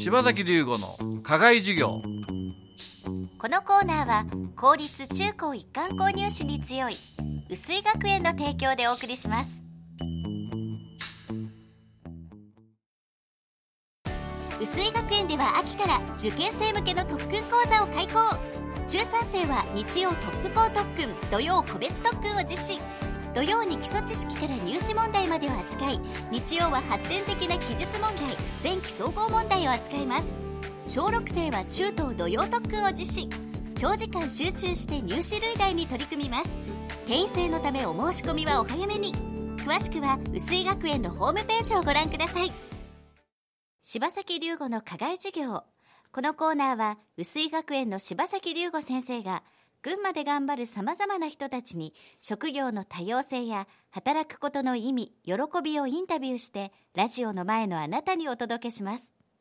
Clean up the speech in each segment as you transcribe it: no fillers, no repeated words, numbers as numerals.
柴崎龍吾の課外授業。 このコーナーは公立中高一貫購入士に強い臼井学園の提供でお送りします。臼井学園では秋から受験生向けの特訓講座を開講。中3生は日曜トップ校特訓、土曜個別特訓を実施。土曜に基礎知識から入試問題までを扱い、日曜は発展的な記述問題、前期総合問題を扱います。小6生は中等土曜特訓を実施。長時間集中して入試類題に取り組みます。定員制のためお申し込みはお早めに。詳しくは臼井学園のホームページをご覧ください。柴崎龍吾の課外授業。このコーナーは臼井学園の柴崎龍吾先生が群馬で頑張るさまざまな人たちに職業の多様性や働くことの意味、喜びをインタビューしてラジオの前のあなたにお届けします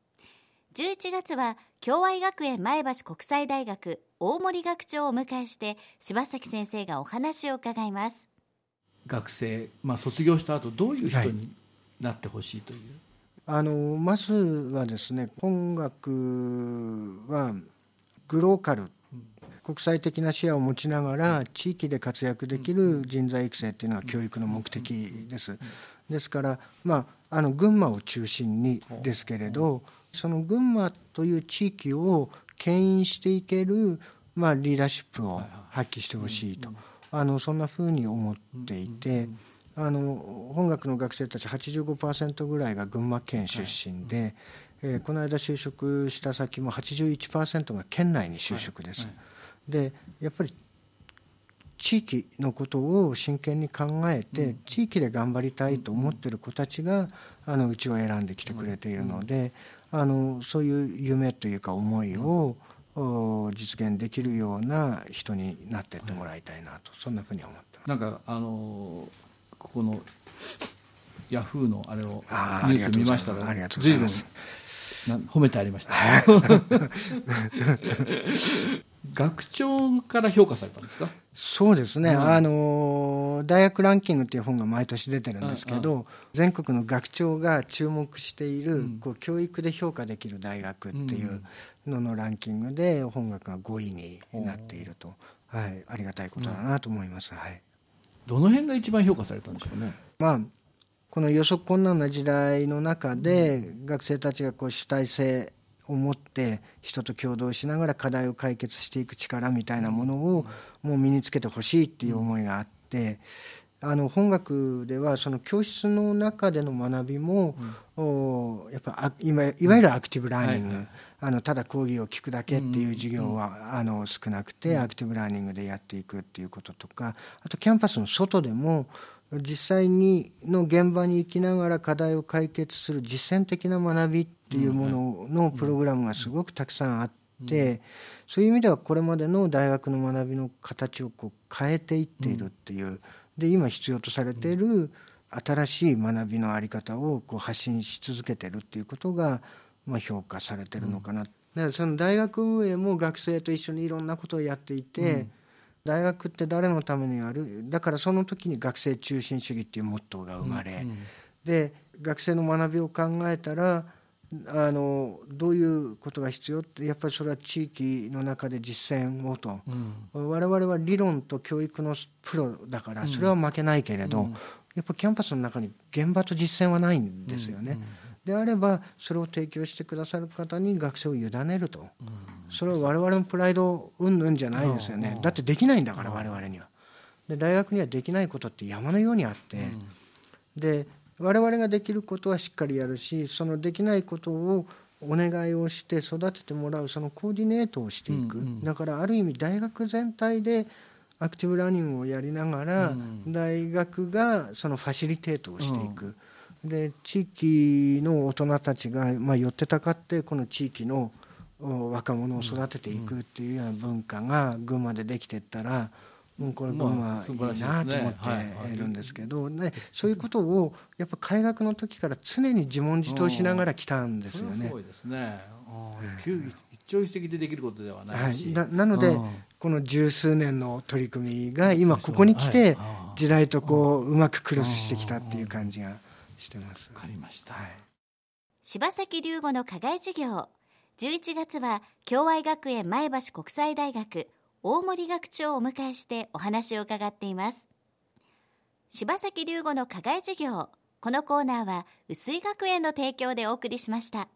。11月は共愛学園前橋国際大学大森学長をお迎えして柴崎先生がお話を伺います。 学生、卒業した後どういう人になってほしいという、 まずはですね、本学はグローカル、国際的な視野を持ちながら地域で活躍できる人材育成というのは教育の目的です。ですから、群馬を中心にですけれど、その群馬という地域を牽引していける、リーダーシップを発揮してほしいと、そんなふうに思っていて、本学の学生たち 85% ぐらいが群馬県出身で、この間就職した先も 81% が県内に就職です。でやっぱり地域のことを真剣に考えて、地域で頑張りたいと思っている子たちがうちを選んできてくれているので、そういう夢というか思いを実現できるような人になっていってもらいたいなと、そんなふうに思ってます。 なんかここのヤフーのあれをニュース見ましたら、随分褒めてありました学長から評価されたんですか？ そうですね、大学ランキングっていう本が毎年出てるんですけど、全国の学長が注目している、教育で評価できる大学っていうののランキングで本学が5位になっていると、ありがたいことだなと思います。 どの辺が一番評価されたんでしょうね。 この予測困難な時代の中で、学生たちが主体性を持って人と共同しながら課題を解決していく力みたいなものをもう身につけてほしいっていう思いがあって、本学ではその教室の中での学びも、やっぱいわゆるアクティブラーニング、ただ講義を聞くだけっていう授業は少なくて、アクティブラーニングでやっていくっていうこととか、あとキャンパスの外でも実際にの現場に行きながら課題を解決する実践的な学びっていうもののプログラムがすごくたくさんあって、そういう意味ではこれまでの大学の学びの形を変えていっているっていう、で今必要とされている新しい学びの在り方を発信し続けているっていうことが評価されているのかな。だからその大学運営も学生と一緒にいろんなことをやっていて、大学って誰のためにある、だからその時に学生中心主義っていうモットーが生まれ、で学生の学びを考えたらどういうことが必要って、やっぱりそれは地域の中で実践をと、我々は理論と教育のプロだからそれは負けないけれど、やっぱキャンパスの中に現場と実践はないんですよね。であればそれを提供してくださる方に学生を委ねると、それは我々のプライド云々じゃないですよね。だってできないんだから我々には。で大学にはできないことって山のようにあって、で我々ができることはしっかりやるし、そのできないことをお願いをして育ててもらう、そのコーディネートをしていく、だからある意味大学全体でアクティブラーニングをやりながら、大学がそのファシリテートをしていく、で地域の大人たちが寄ってたかってこの地域の若者を育てていくっていうような文化が群馬でできていったら、もうこれ群馬いいなと思っているんですけど、そういうことをやっぱ開学の時から常に自問自答しながら来たんですよね。 すごいですね。一朝一夕でできることではないし、 なのでこの十数年の取り組みが今ここに来て時代とうまくクロスしてきたっていう感じがしてます。 わかりました。 柴崎龍吾の課外授業。 11月は共愛学園前橋国際大学大森学長をお迎えしてお話を伺っています。柴崎龍吾の課外授業、このコーナーは碓井学園の提供でお送りしました。